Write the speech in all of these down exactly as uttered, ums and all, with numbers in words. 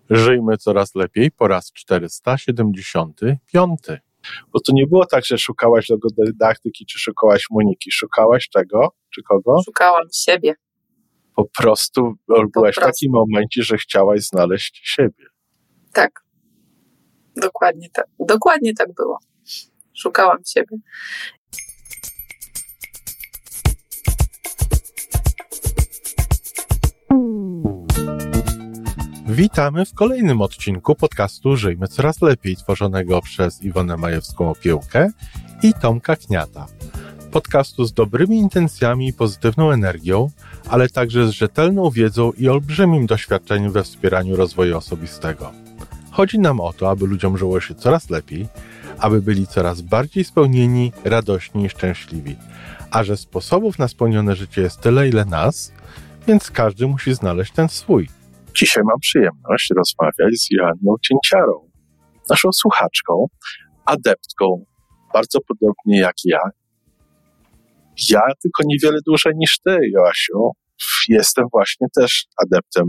Żyjmy coraz lepiej po raz czterysta siedemdziesiąty piąty. Bo to nie było tak, że szukałaś logodydaktyki, czy szukałaś Moniki. Szukałaś czego? Czy kogo? Szukałam siebie. Po prostu Po byłaś w prostu. takim momencie, że chciałaś znaleźć siebie. Tak. Dokładnie tak. Dokładnie tak było. Szukałam siebie. Witamy w kolejnym odcinku podcastu Żyjmy Coraz Lepiej, tworzonego przez Iwonę Majewską-Opiełkę i Tomka Kniata. Podcastu z dobrymi intencjami i pozytywną energią, ale także z rzetelną wiedzą i olbrzymim doświadczeniem we wspieraniu rozwoju osobistego. Chodzi nam o to, aby ludziom żyło się coraz lepiej, aby byli coraz bardziej spełnieni, radośni i szczęśliwi. A że sposobów na spełnione życie jest tyle, ile nas, więc każdy musi znaleźć ten swój. Dzisiaj mam przyjemność rozmawiać z Joanną Cięciarą, naszą słuchaczką, adeptką, bardzo podobnie jak ja. Ja tylko niewiele dłużej niż ty, Joasiu. Jestem właśnie też adeptem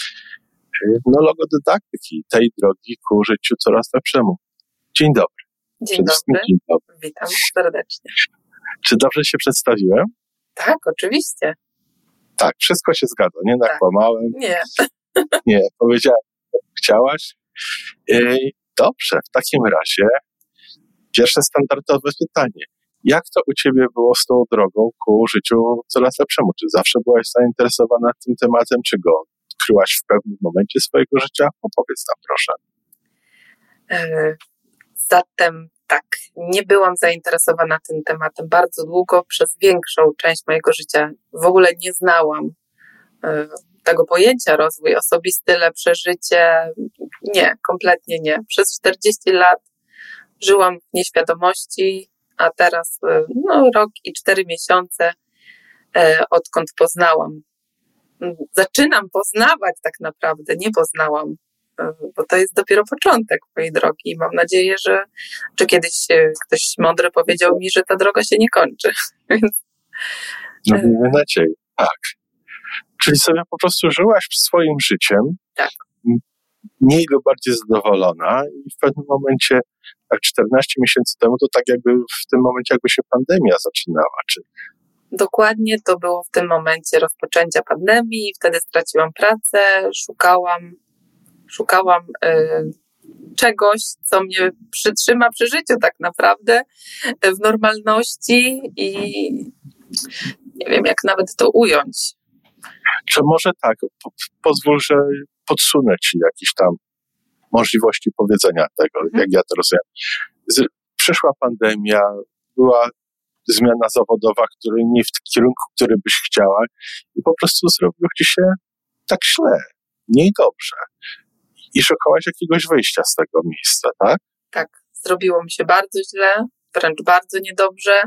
no, logodydaktyki, tej drogi ku życiu coraz lepszemu. Dzień dobry. Dzień dobry. Dzień dobry. Witam serdecznie. Czy dobrze się przedstawiłem? Tak, oczywiście. Tak, wszystko się zgadza, nie nakłamałem. Nie. Nie, powiedziałem, co chciałaś. Ej, dobrze, w takim razie pierwsze standardowe pytanie. Jak to u ciebie było z tą drogą ku życiu coraz lepszemu? Czy zawsze byłaś zainteresowana tym tematem, czy go odkryłaś w pewnym momencie swojego życia? Opowiedz nam proszę. Yy, zatem tak, nie byłam zainteresowana tym tematem bardzo długo. Przez większą część mojego życia w ogóle nie znałam yy, tego pojęcia rozwój osobisty, lepsze życie. Nie, kompletnie nie. Przez czterdzieści lat żyłam w nieświadomości, a teraz no, rok i cztery miesiące, e, odkąd poznałam. Zaczynam poznawać tak naprawdę, nie poznałam, e, bo to jest dopiero początek mojej drogi i mam nadzieję, że, że kiedyś e, ktoś mądry powiedział mi, że ta droga się nie kończy. Więc, no miejmy nadzieję, tak. Czyli sobie po prostu żyłaś swoim życiem, tak. Mniej lub bardziej zadowolona i w pewnym momencie, tak czternaście miesięcy temu, to tak jakby w tym momencie jakby się pandemia zaczynała. Czy... Dokładnie to było w tym momencie rozpoczęcia pandemii, wtedy straciłam pracę, szukałam, szukałam y, czegoś, co mnie przytrzyma przy życiu tak naprawdę, w normalności i nie wiem jak nawet to ująć. Czy może tak, po, pozwól, że podsunę ci jakieś tam możliwości powiedzenia tego, mhm. jak ja to rozumiem. Z, przyszła pandemia, była zmiana zawodowa, który nie w kierunku, który byś chciała i po prostu zrobiło ci się tak źle, mniej dobrze. I szukałaś jakiegoś wyjścia z tego miejsca, tak? Tak, zrobiło mi się bardzo źle, wręcz bardzo niedobrze.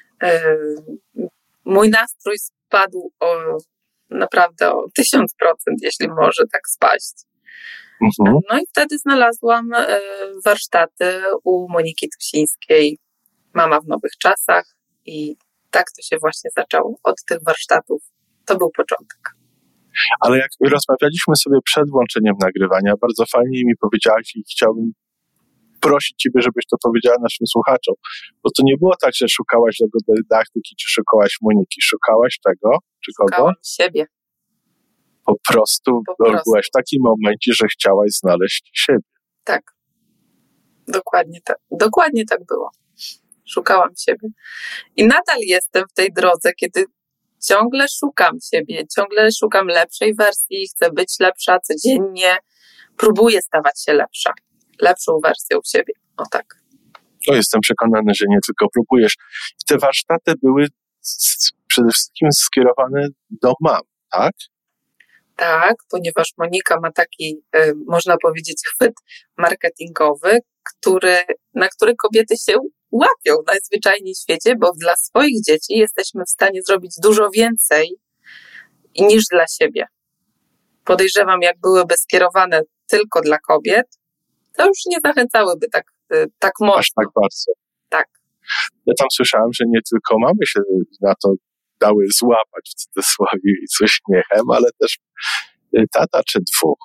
Yy, mój nastrój spadł o naprawdę o tysiąc procent, jeśli może tak spaść. Mhm. No i wtedy znalazłam y, warsztaty u Moniki Tusińskiej, Mama w nowych czasach i tak to się właśnie zaczęło od tych warsztatów. To był początek. Ale jak rozmawialiśmy sobie przed włączeniem nagrywania, bardzo fajnie mi powiedziałaś i chciałbym prosić ciebie, żebyś to powiedziała naszym słuchaczom, bo to nie było tak, że szukałaś logodydaktyki, czy szukałaś Moniki. Szukałaś tego, czy kogo? Szukałam siebie. Po prostu, po prostu byłaś w takim momencie, że chciałaś znaleźć siebie. Tak. Dokładnie tak. Dokładnie tak było. Szukałam siebie. I nadal jestem w tej drodze, kiedy ciągle szukam siebie, ciągle szukam lepszej wersji, chcę być lepsza codziennie, próbuję stawać się lepsza. Lepszą wersją siebie. O tak. To jestem przekonany, że nie tylko próbujesz. I te warsztaty były z, przede wszystkim skierowane do mam, tak? Tak, ponieważ Monika ma taki, y, można powiedzieć, chwyt marketingowy, który, na który kobiety się łapią najzwyczajniej w świecie, bo dla swoich dzieci jesteśmy w stanie zrobić dużo więcej niż dla siebie. Podejrzewam, jak byłyby skierowane tylko dla kobiet, to już nie zachęcałyby tak, tak mocno. Aż tak bardzo. Tak. Ja tam słyszałem, że nie tylko mamy się na to dały złapać w cudzysłowie i z uśmiechem, ale też tata czy dwóch.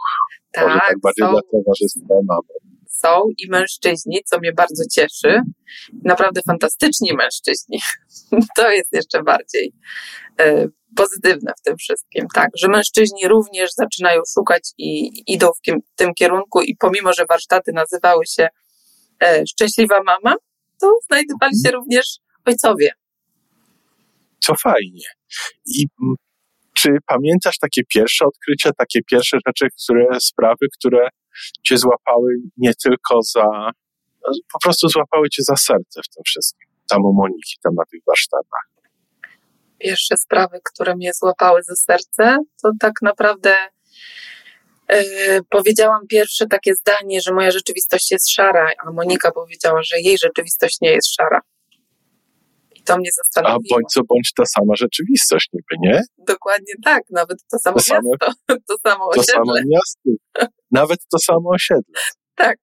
Tak, może tak bardziej są, dla towarzystwa mamy. Są i mężczyźni, co mnie bardzo cieszy. Naprawdę fantastyczni mężczyźni. To jest jeszcze bardziej e, pozytywne w tym wszystkim. Tak, że mężczyźni również zaczynają szukać i idą w kim, tym kierunku i pomimo, że warsztaty nazywały się e, Szczęśliwa Mama, to znajdowali się również ojcowie. Co fajnie. I m, czy pamiętasz takie pierwsze odkrycia, takie pierwsze rzeczy, które, sprawy, które cię złapały nie tylko za, po prostu złapały cię za serce w tym wszystkim, tam u Moniki, tam na tych warsztatach? Pierwsze sprawy, które mnie złapały za serce, to tak naprawdę yy, powiedziałam pierwsze takie zdanie, że moja rzeczywistość jest szara, a Monika powiedziała, że jej rzeczywistość nie jest szara. I to mnie zastanowiło. A bądź co bądź ta sama rzeczywistość niby, nie? Dokładnie tak, nawet to samo to miasto, same, to samo osiedle. To samo miasto, nawet to samo osiedle. Tak.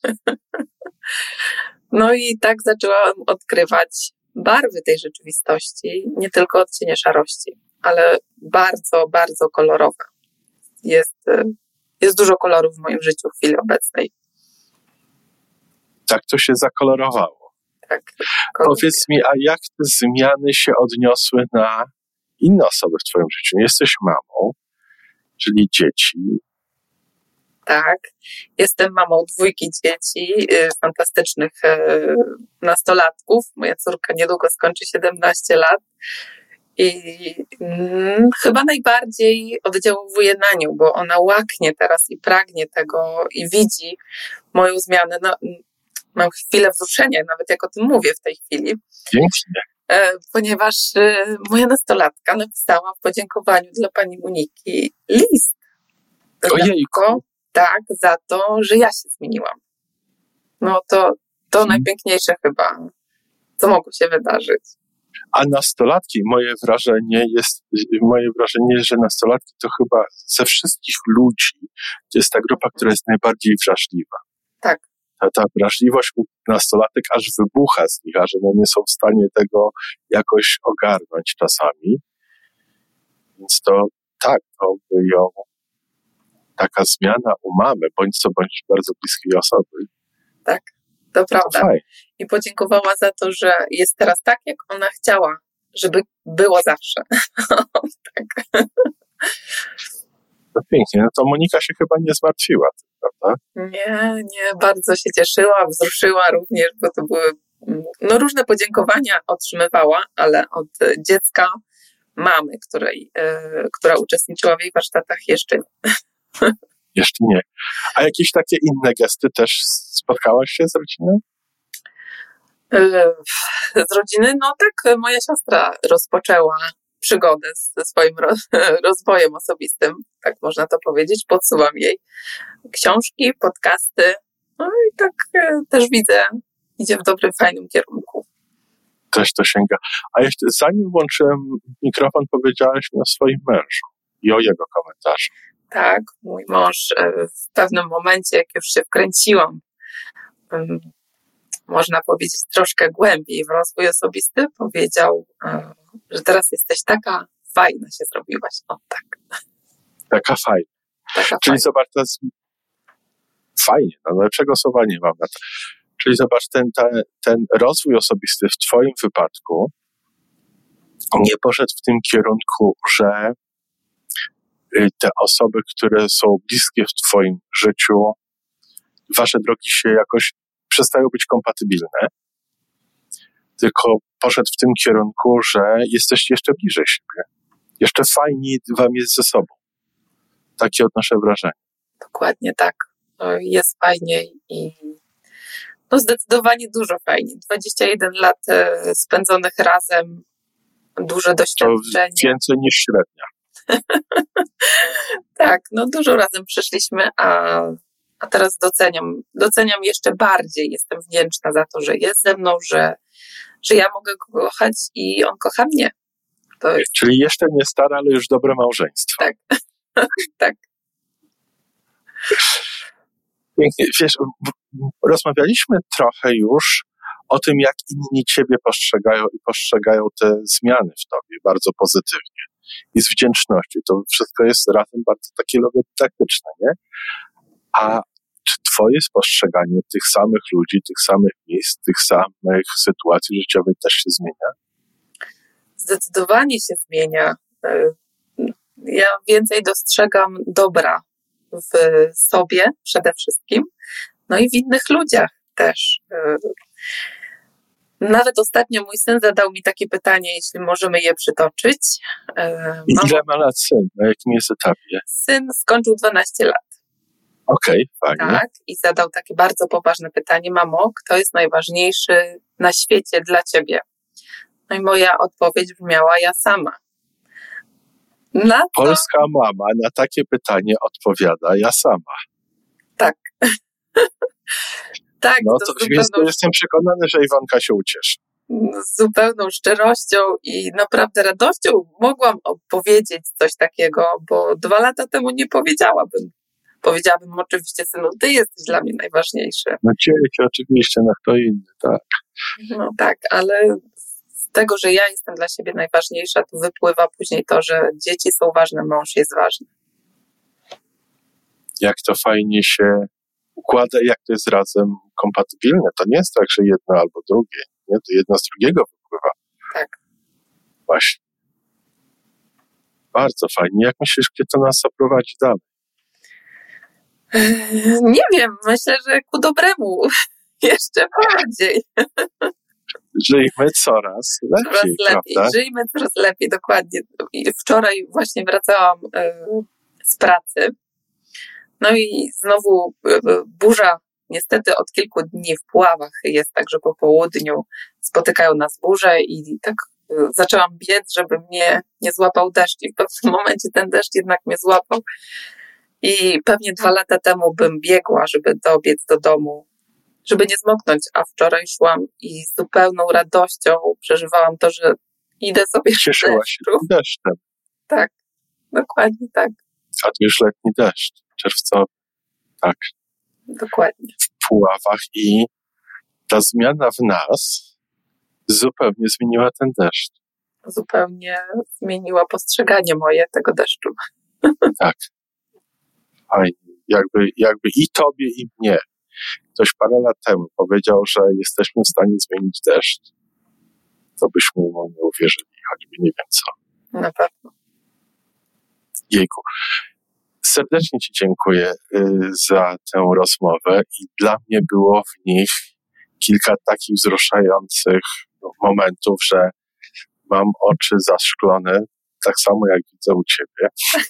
No i tak zaczęłam odkrywać barwy tej rzeczywistości, nie tylko odcienie szarości, ale bardzo, bardzo kolorowa. Jest, jest dużo kolorów w moim życiu w chwili obecnej. Tak to się zakolorowało. Tak. Powiedz mi, a jak te zmiany się odniosły na inne osoby w twoim życiu? Jesteś mamą, czyli dzieci. Tak. Jestem mamą dwójki dzieci, fantastycznych nastolatków. Moja córka niedługo skończy siedemnaście lat. I mm, chyba najbardziej oddziałuje na nią, bo ona łaknie teraz i pragnie tego i widzi moją zmianę. No, mam chwilę wzruszenia, nawet jak o tym mówię w tej chwili. Pięknie. E, ponieważ e, moja nastolatka napisała w podziękowaniu dla pani Moniki list. Ojejku. Tak, za to, że ja się zmieniłam. No to, to hmm. najpiękniejsze chyba, co mogło się wydarzyć. A nastolatki, moje wrażenie jest, moje wrażenie jest, że nastolatki to chyba ze wszystkich ludzi, to jest ta grupa, która jest najbardziej wrażliwa. Tak. Ta, ta wrażliwość u nastolatek aż wybucha z nich, a że one nie są w stanie tego jakoś ogarnąć czasami. Więc to tak, to by ją taka zmiana u mamy, bądź co bądź bardzo bliskiej osoby. Tak, to prawda. To I podziękowała za to, że jest teraz tak, jak ona chciała, żeby było zawsze. Tak. No pięknie, no to Monika się chyba nie zmartwiła, prawda? Nie, nie, bardzo się cieszyła, wzruszyła również, bo to były, no różne podziękowania otrzymywała, ale od dziecka mamy, której, yy, która uczestniczyła w jej warsztatach, jeszcze nie. Jeszcze nie. A jakieś takie inne gesty też spotkałaś się z rodziną? Z rodziny? No tak, moja siostra rozpoczęła przygodę ze swoim rozwojem osobistym, tak można to powiedzieć. Podsuwam jej książki, podcasty, no i tak też widzę, idzie w dobrym, fajnym kierunku. Też to sięga. A jeszcze zanim włączyłem mikrofon, powiedziałaś mi o swoim mężu i o jego komentarzu. Tak, mój mąż w pewnym momencie, jak już się wkręciłam, można powiedzieć troszkę głębiej w rozwój osobisty, powiedział, że teraz jesteś taka fajna się zrobiłaś. O tak. Taka fajna. Taka Czyli fajna. zobacz, to jest fajnie, no lepszego słowa nie mam na to. Czyli zobacz, ten, ten, ten rozwój osobisty w twoim wypadku nie poszedł w tym kierunku, że te osoby, które są bliskie w twoim życiu, wasze drogi się jakoś przestają być kompatybilne, tylko poszedł w tym kierunku, że jesteście jeszcze bliżej siebie. Jeszcze fajniej wam jest ze sobą. Takie odnoszę wrażenie. Dokładnie tak. Jest fajniej i no zdecydowanie dużo fajniej. dwadzieścia jeden lat spędzonych razem, duże doświadczenie. To więcej niż średnia. Tak, no dużo razem przeszliśmy, a, a teraz doceniam, doceniam jeszcze bardziej. Jestem wdzięczna za to, że jest ze mną, że, że ja mogę go kochać i on kocha mnie. To jest... Czyli jeszcze nie stare, ale już dobre małżeństwo. Tak, tak. Pięknie. Wiesz, rozmawialiśmy trochę już o tym, jak inni ciebie postrzegają i postrzegają te zmiany w tobie bardzo pozytywnie i z wdzięcznością. To wszystko jest razem bardzo takie dydaktyczne, nie? A czy twoje spostrzeganie tych samych ludzi, tych samych miejsc, tych samych sytuacji życiowych też się zmienia? Zdecydowanie się zmienia. Ja więcej dostrzegam dobra w sobie przede wszystkim, no i w innych ludziach też. Nawet ostatnio mój syn zadał mi takie pytanie, jeśli możemy je przytoczyć. I ile ma lat syn? Na jakim jest etapie? Syn skończył dwanaście lat. Okej, okay, fajnie. Tak, i zadał takie bardzo poważne pytanie: mamo, kto jest najważniejszy na świecie dla ciebie? No i moja odpowiedź brzmiała: ja sama. Na to... Polska mama na takie pytanie odpowiada: ja sama. Tak. Tak, no to to zupełną... więc jestem przekonany, że Iwonka się ucieszy. Z zupełną szczerością i naprawdę radością mogłam opowiedzieć coś takiego, bo dwa lata temu nie powiedziałabym. Powiedziałabym oczywiście: synu, ty jesteś dla mnie najważniejszy. No dzieci, oczywiście, no kto inny, tak. No tak, ale z tego, że ja jestem dla siebie najważniejsza, to wypływa później to, że dzieci są ważne, mąż jest ważny. Jak to fajnie się układa, jak to jest razem kompatybilne. To nie jest tak, że jedno albo drugie. Nie? To jedno z drugiego wypływa. Tak. Właśnie. Bardzo fajnie. Jak myślisz, gdzie to nas zaprowadzi dalej? Nie wiem. Myślę, że ku dobremu. Jeszcze bardziej. Żyjmy coraz lepiej, coraz lepiej. Prawda? Żyjmy coraz lepiej, dokładnie. I wczoraj właśnie wracałam z pracy. No i znowu burza, niestety od kilku dni w Puławach jest tak, że po południu spotykają nas burze i tak zaczęłam biec, żeby mnie nie złapał deszcz i w pewnym momencie ten deszcz jednak mnie złapał i pewnie dwa lata temu bym biegła, żeby dobiec do domu, żeby nie zmoknąć, a wczoraj szłam i z zupełną radością przeżywałam to, że idę sobie Cieszyłaś się deszczem. Tak, dokładnie tak. A to już letni deszcz, czerwcowy. Tak. Dokładnie. W Puławach i ta zmiana w nas zupełnie zmieniła ten deszcz. Zupełnie zmieniła postrzeganie moje tego deszczu. Tak. Fajnie. Jakby, jakby i tobie, i mnie. Ktoś parę lat temu powiedział, że jesteśmy w stanie zmienić deszcz, to byśmy mu nie uwierzyli, choćby nie wiem co. Na pewno. Jejku. Serdecznie ci dziękuję y, za tę rozmowę i dla mnie było w nich kilka takich wzruszających momentów, że mam oczy zaszklone, tak samo jak widzę u ciebie.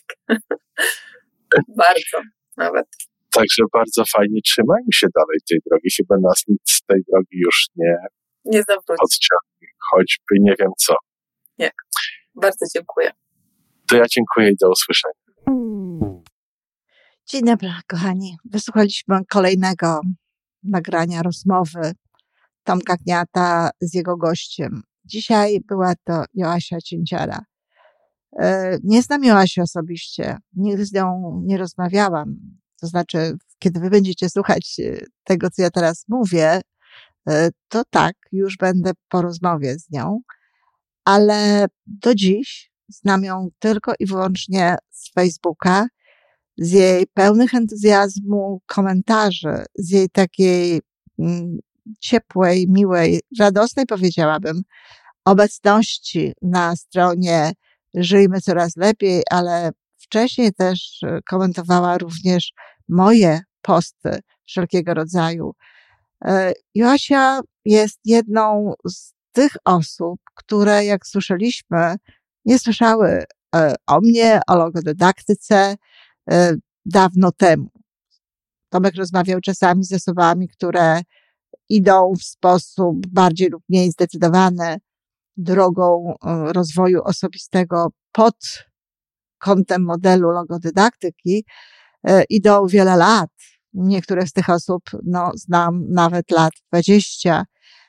Bardzo, nawet. Także bardzo fajnie, trzymajmy się dalej tej drogi. Chyba nas nic z tej drogi już nie, nie zawróci. Odciągnie, choćby nie wiem co. Nie, bardzo dziękuję. To ja dziękuję i do usłyszenia. Dzień dobry, kochani. Wysłuchaliśmy kolejnego nagrania rozmowy Tomka Kniata z jego gościem. Dzisiaj była to Joasia Cięciara. Nie znam Joasi osobiście, nigdy z nią nie rozmawiałam. To znaczy, kiedy wy będziecie słuchać tego, co ja teraz mówię, to tak, już będę po rozmowie z nią, ale do dziś znam ją tylko i wyłącznie z Facebooka, z jej pełnych entuzjazmu komentarzy, z jej takiej mm, ciepłej, miłej, radosnej, powiedziałabym, obecności na stronie Żyjmy Coraz Lepiej, ale wcześniej też komentowała również moje posty wszelkiego rodzaju. Joasia jest jedną z tych osób, które, jak słyszeliśmy, nie słyszały o mnie, o logodydaktyce dawno temu. Tomek rozmawiał czasami z osobami, które idą w sposób bardziej lub mniej zdecydowany drogą rozwoju osobistego pod kątem modelu logodydaktyki. Idą wiele lat. Niektóre z tych osób, no, znam nawet lat dwadzieścia.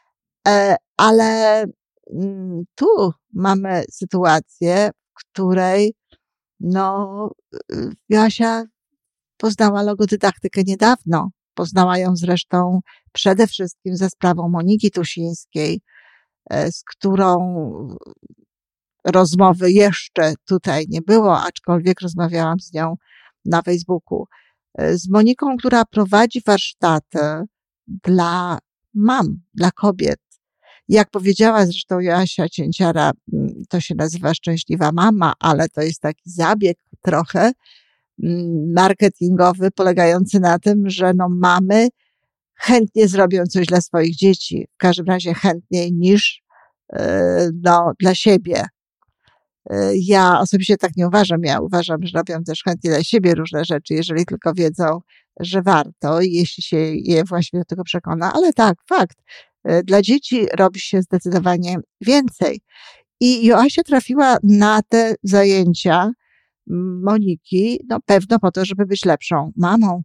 Ale tu mamy sytuację, w której no, Joasia poznała logodydaktykę niedawno. Poznała ją zresztą przede wszystkim za sprawą Moniki Tusińskiej, z którą rozmowy jeszcze tutaj nie było, aczkolwiek rozmawiałam z nią na Facebooku. z Moniką, która prowadzi warsztaty dla mam, dla kobiet. Jak powiedziała zresztą Joasia Cięciara, to się nazywa Szczęśliwa Mama, ale to jest taki zabieg trochę marketingowy, polegający na tym, że no mamy chętnie zrobią coś dla swoich dzieci, w każdym razie chętniej niż no, dla siebie. Ja osobiście tak nie uważam. Ja uważam, że robią też chętnie dla siebie różne rzeczy, jeżeli tylko wiedzą, że warto i jeśli się je właśnie do tego przekona. Ale tak, fakt. Dla dzieci robi się zdecydowanie więcej. I Joasia trafiła na te zajęcia Moniki, no pewno po to, żeby być lepszą mamą,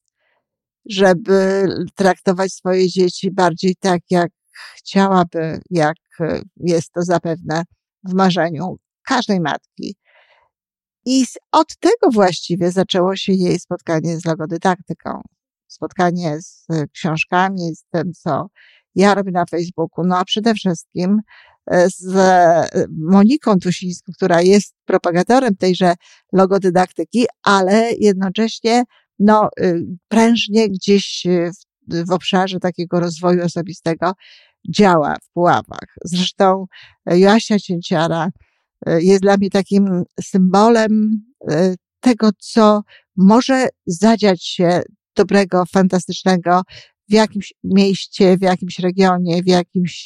żeby traktować swoje dzieci bardziej tak, jak chciałaby, jak jest to zapewne w marzeniu każdej matki. I od tego właściwie zaczęło się jej spotkanie z logodydaktyką. Spotkanie z książkami, z tym, co ja robię na Facebooku, no a przede wszystkim z Moniką Tusińską, która jest propagatorem tejże logodydaktyki, ale jednocześnie no, prężnie gdzieś w, w obszarze takiego rozwoju osobistego działa w Puławach. Zresztą Joasia Cięciara jest dla mnie takim symbolem tego, co może zadziać się dobrego, fantastycznego w jakimś mieście, w jakimś regionie, w jakimś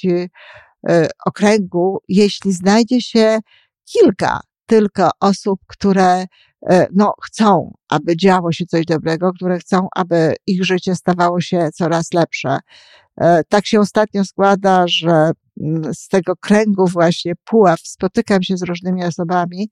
okręgu, jeśli znajdzie się kilka tylko osób, które no, chcą, aby działo się coś dobrego, które chcą, aby ich życie stawało się coraz lepsze. Tak się ostatnio składa, że z tego kręgu właśnie Puław spotykam się z różnymi osobami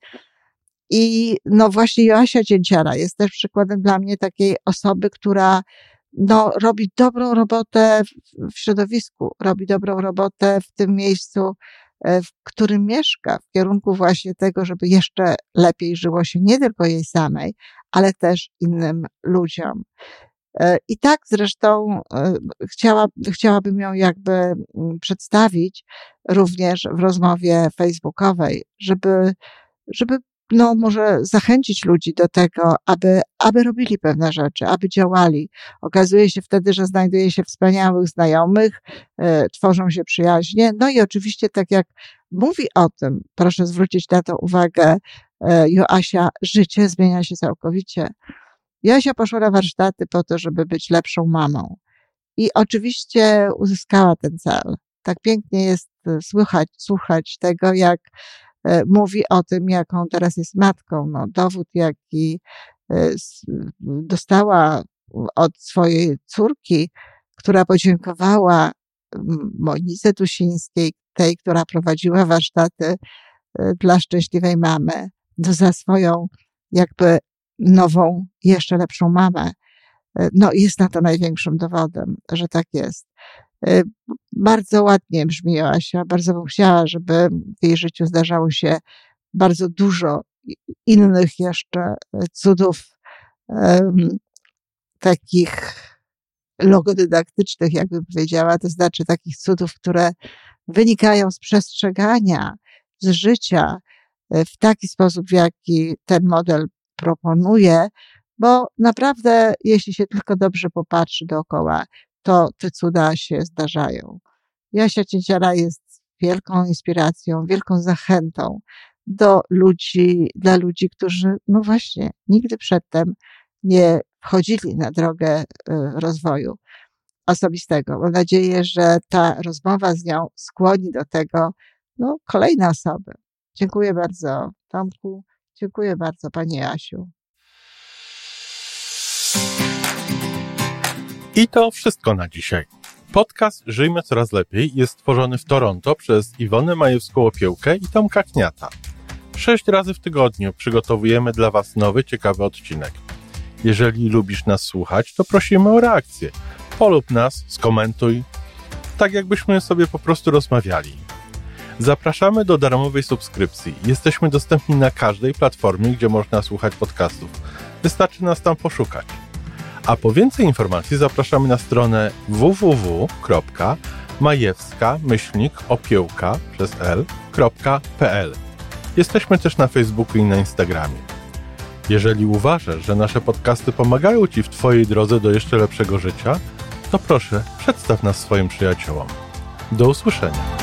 i no właśnie Joasia Cięciara jest też przykładem dla mnie takiej osoby, która no robi dobrą robotę w środowisku, robi dobrą robotę w tym miejscu, w którym mieszka, w kierunku właśnie tego, żeby jeszcze lepiej żyło się nie tylko jej samej, ale też innym ludziom. I tak zresztą chciała, chciałabym ją jakby przedstawić również w rozmowie facebookowej, żeby, żeby no może zachęcić ludzi do tego, aby, aby robili pewne rzeczy, aby działali. Okazuje się wtedy, że znajduje się wspaniałych znajomych, e, tworzą się przyjaźnie. No i oczywiście, tak jak mówi o tym, proszę zwrócić na to uwagę, e, Joasia, życie zmienia się całkowicie. Joasia poszła na warsztaty po to, żeby być lepszą mamą. I oczywiście uzyskała ten cel. Tak pięknie jest słuchać, słuchać tego, jak mówi o tym, jaką teraz jest matką. No, dowód, jaki dostała od swojej córki, która podziękowała Monice Tusińskiej, tej, która prowadziła warsztaty dla szczęśliwej mamy, za swoją jakby nową, jeszcze lepszą mamę. No jest na to największym dowodem, że tak jest. Bardzo ładnie brzmi Joasia, bardzo bym chciała, żeby w jej życiu zdarzało się bardzo dużo innych jeszcze cudów um, takich logodydaktycznych, jakbym powiedziała, to znaczy takich cudów, które wynikają z przestrzegania, z życia w taki sposób, w jaki ten model proponuje, bo naprawdę, jeśli się tylko dobrze popatrzy dookoła, to te cuda się zdarzają. Joasia Cięciara jest wielką inspiracją, wielką zachętą do ludzi, dla ludzi, którzy, no właśnie, nigdy przedtem nie wchodzili na drogę rozwoju osobistego. Mam nadzieję, że ta rozmowa z nią skłoni do tego, no, kolejne osoby. Dziękuję bardzo, Tomku. Dziękuję bardzo, Pani Jasiu. I to wszystko na dzisiaj. Podcast Żyjmy Coraz Lepiej jest stworzony w Toronto przez Iwonę Majewską-Opiełkę i Tomka Kniata. Sześć razy w tygodniu przygotowujemy dla Was nowy, ciekawy odcinek. Jeżeli lubisz nas słuchać, to prosimy o reakcję. Polub nas, skomentuj, tak jakbyśmy sobie po prostu rozmawiali. Zapraszamy do darmowej subskrypcji. Jesteśmy dostępni na każdej platformie, gdzie można słuchać podcastów. Wystarczy nas tam poszukać. A po więcej informacji zapraszamy na stronę w w w kropka majewska myślnik opiełka przez l kropka p l. Jesteśmy też na Facebooku i na Instagramie. Jeżeli uważasz, że nasze podcasty pomagają Ci w Twojej drodze do jeszcze lepszego życia, to proszę, przedstaw nas swoim przyjaciołom. Do usłyszenia.